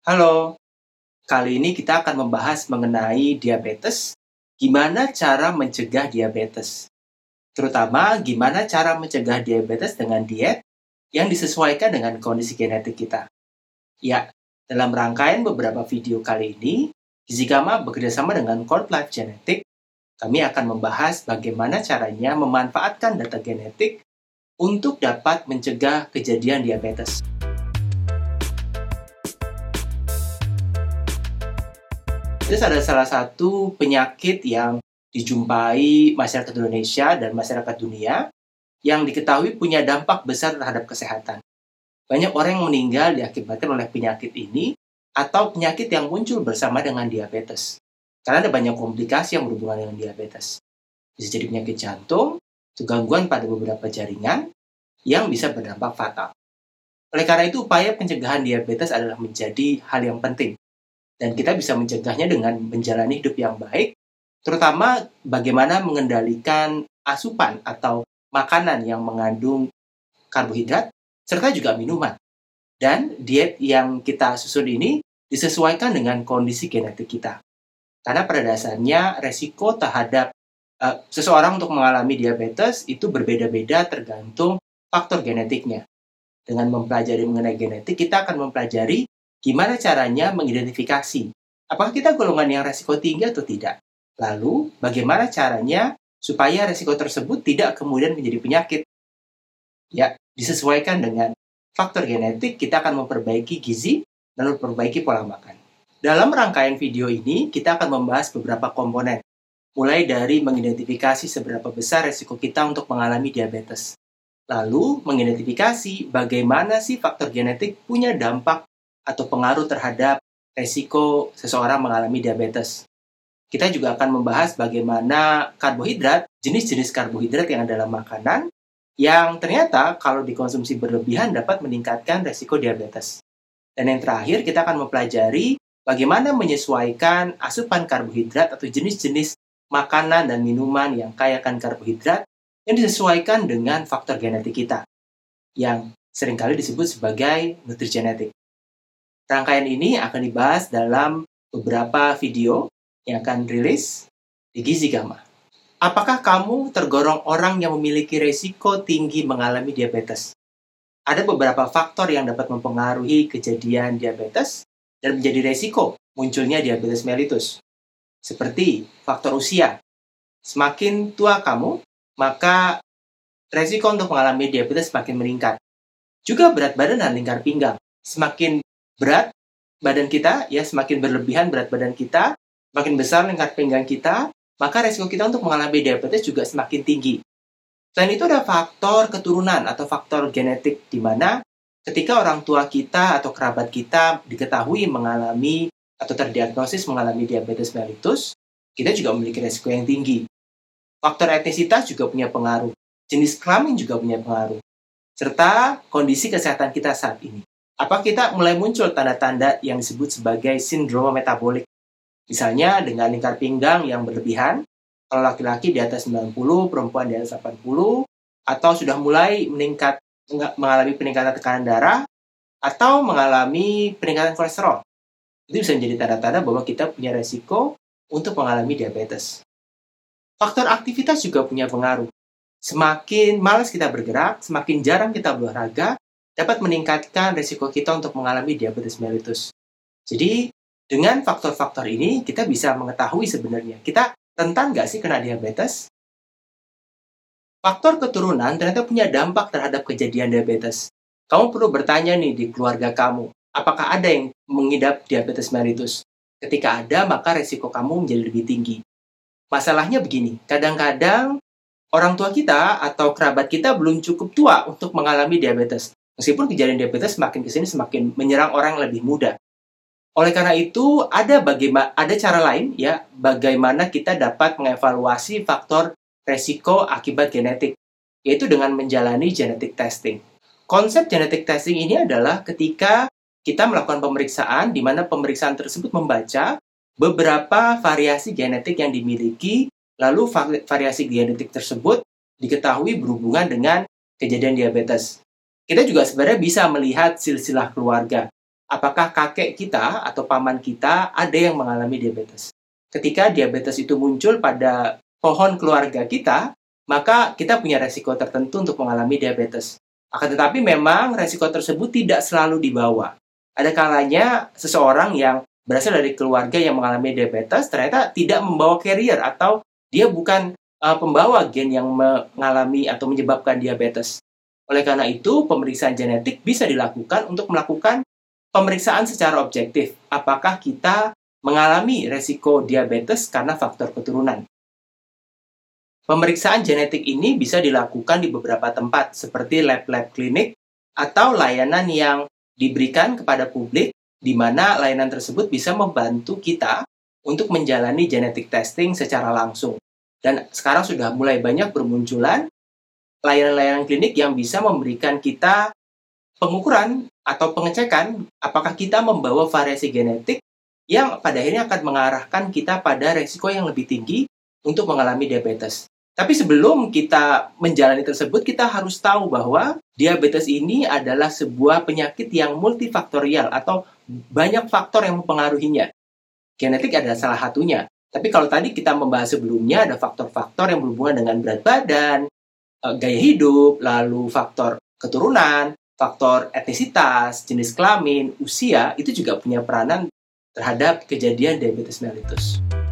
Halo, kali ini kita akan membahas mengenai diabetes, gimana cara mencegah diabetes. Terutama gimana cara mencegah diabetes dengan diet yang disesuaikan dengan kondisi genetik kita. Ya, dalam rangkaian beberapa video kali ini, Gizigama bekerjasama dengan Cord Life Genetic, kami akan membahas bagaimana caranya memanfaatkan data genetik untuk dapat mencegah kejadian diabetes. Terus ada salah satu penyakit yang dijumpai masyarakat Indonesia dan masyarakat dunia yang diketahui punya dampak besar terhadap kesehatan. Banyak orang yang meninggal diakibatkan oleh penyakit ini atau penyakit yang muncul bersama dengan diabetes. Karena ada banyak komplikasi yang berhubungan dengan diabetes. Bisa jadi penyakit jantung, gangguan pada beberapa jaringan yang bisa berdampak fatal. Oleh karena itu, upaya pencegahan diabetes adalah menjadi hal yang penting. Dan kita bisa mencegahnya dengan menjalani hidup yang baik, terutama bagaimana mengendalikan asupan atau makanan yang mengandung karbohidrat, serta juga minuman. Dan diet yang kita susun ini disesuaikan dengan kondisi genetik kita. Karena pada dasarnya resiko terhadap seseorang untuk mengalami diabetes itu berbeda-beda tergantung faktor genetiknya. Dengan mempelajari mengenai genetik, kita akan mempelajari gimana caranya mengidentifikasi apakah kita golongan yang resiko tinggi atau tidak. Lalu, bagaimana caranya supaya resiko tersebut tidak kemudian menjadi penyakit. Ya, disesuaikan dengan faktor genetik, kita akan memperbaiki gizi dan memperbaiki pola makan. Dalam rangkaian video ini, kita akan membahas beberapa komponen, mulai dari mengidentifikasi seberapa besar resiko kita untuk mengalami diabetes. Lalu, mengidentifikasi bagaimana sih faktor genetik punya dampak atau pengaruh terhadap resiko seseorang mengalami diabetes. Kita juga akan membahas bagaimana karbohidrat, jenis-jenis karbohidrat yang ada dalam makanan, yang ternyata kalau dikonsumsi berlebihan dapat meningkatkan resiko diabetes. Dan yang terakhir, kita akan mempelajari bagaimana menyesuaikan asupan karbohidrat atau jenis-jenis makanan dan minuman yang kaya akan karbohidrat yang disesuaikan dengan faktor genetik kita, yang seringkali disebut sebagai nutrigenetik. Rangkaian ini akan dibahas dalam beberapa video yang akan rilis di Gizigama. Apakah kamu tergolong orang yang memiliki risiko tinggi mengalami diabetes? Ada beberapa faktor yang dapat mempengaruhi kejadian diabetes dan menjadi risiko munculnya diabetes mellitus. Seperti faktor usia. Semakin tua kamu, maka risiko untuk mengalami diabetes semakin meningkat. Juga berat badan dan lingkar pinggang. Semakin berat badan kita, ya semakin berlebihan berat badan kita, semakin besar lingkar pinggang kita, maka resiko kita untuk mengalami diabetes juga semakin tinggi. Selain itu ada faktor keturunan atau faktor genetik, di mana ketika orang tua kita atau kerabat kita diketahui mengalami atau terdiagnosis mengalami diabetes mellitus, kita juga memiliki resiko yang tinggi. Faktor etnisitas juga punya pengaruh, jenis kelamin juga punya pengaruh, serta kondisi kesehatan kita saat ini. Apa kita mulai muncul tanda-tanda yang disebut sebagai sindrom metabolik? Misalnya dengan lingkar pinggang yang berlebihan, kalau laki-laki di atas 90, perempuan di atas 80, atau sudah mulai mengalami peningkatan tekanan darah, atau mengalami peningkatan kolesterol. Itu bisa menjadi tanda-tanda bahwa kita punya resiko untuk mengalami diabetes. Faktor aktivitas juga punya pengaruh. Semakin malas kita bergerak, semakin jarang kita berolahraga, dapat meningkatkan risiko kita untuk mengalami diabetes mellitus. Jadi, dengan faktor-faktor ini, kita bisa mengetahui sebenarnya, kita rentan nggak sih kena diabetes? Faktor keturunan ternyata punya dampak terhadap kejadian diabetes. Kamu perlu bertanya nih di keluarga kamu, apakah ada yang mengidap diabetes mellitus? Ketika ada, maka risiko kamu menjadi lebih tinggi. Masalahnya begini, kadang-kadang orang tua kita atau kerabat kita belum cukup tua untuk mengalami diabetes. Meskipun kejadian diabetes semakin kesini semakin menyerang orang yang lebih muda. Oleh karena itu, ada cara lain ya bagaimana kita dapat mengevaluasi faktor resiko akibat genetik, yaitu dengan menjalani genetic testing. Konsep genetic testing ini adalah ketika kita melakukan pemeriksaan di mana pemeriksaan tersebut membaca beberapa variasi genetik yang dimiliki, lalu variasi genetik tersebut diketahui berhubungan dengan kejadian diabetes. Kita juga sebenarnya bisa melihat silsilah keluarga. apakah kakek kita atau paman kita ada yang mengalami diabetes. Ketika diabetes itu muncul pada pohon keluarga kita, maka kita punya resiko tertentu untuk mengalami diabetes. Akan tetapi memang resiko tersebut tidak selalu dibawa. Ada kalanya seseorang yang berasal dari keluarga yang mengalami diabetes ternyata tidak membawa carrier atau dia bukan pembawa gen yang mengalami atau menyebabkan diabetes. Oleh karena itu, pemeriksaan genetik bisa dilakukan untuk melakukan pemeriksaan secara objektif. Apakah kita mengalami resiko diabetes karena faktor keturunan? Pemeriksaan genetik ini bisa dilakukan di beberapa tempat, seperti lab-lab klinik atau layanan yang diberikan kepada publik, di mana layanan tersebut bisa membantu kita untuk menjalani genetic testing secara langsung. Dan sekarang sudah mulai banyak bermunculan layanan-layanan klinik yang bisa memberikan kita pengukuran atau pengecekan apakah kita membawa variasi genetik yang pada akhirnya akan mengarahkan kita pada resiko yang lebih tinggi untuk mengalami diabetes. Tapi sebelum kita menjalani tersebut, kita harus tahu bahwa diabetes ini adalah sebuah penyakit yang multifaktorial atau banyak faktor yang mempengaruhinya. Genetik adalah salah satunya. Tapi kalau tadi kita membahas sebelumnya, ada faktor-faktor yang berhubungan dengan berat badan, gaya hidup, lalu faktor keturunan, faktor etnisitas, jenis kelamin, usia, itu juga punya peranan terhadap kejadian diabetes mellitus.